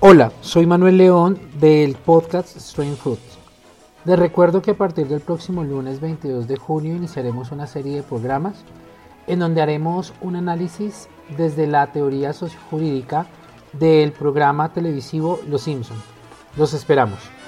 Hola, soy Manuel León del podcast Strange Fruits. Les recuerdo que a partir del próximo lunes 22 de junio iniciaremos una serie de programas en donde haremos un análisis desde la teoría sociojurídica del programa televisivo Los Simpson. Los esperamos.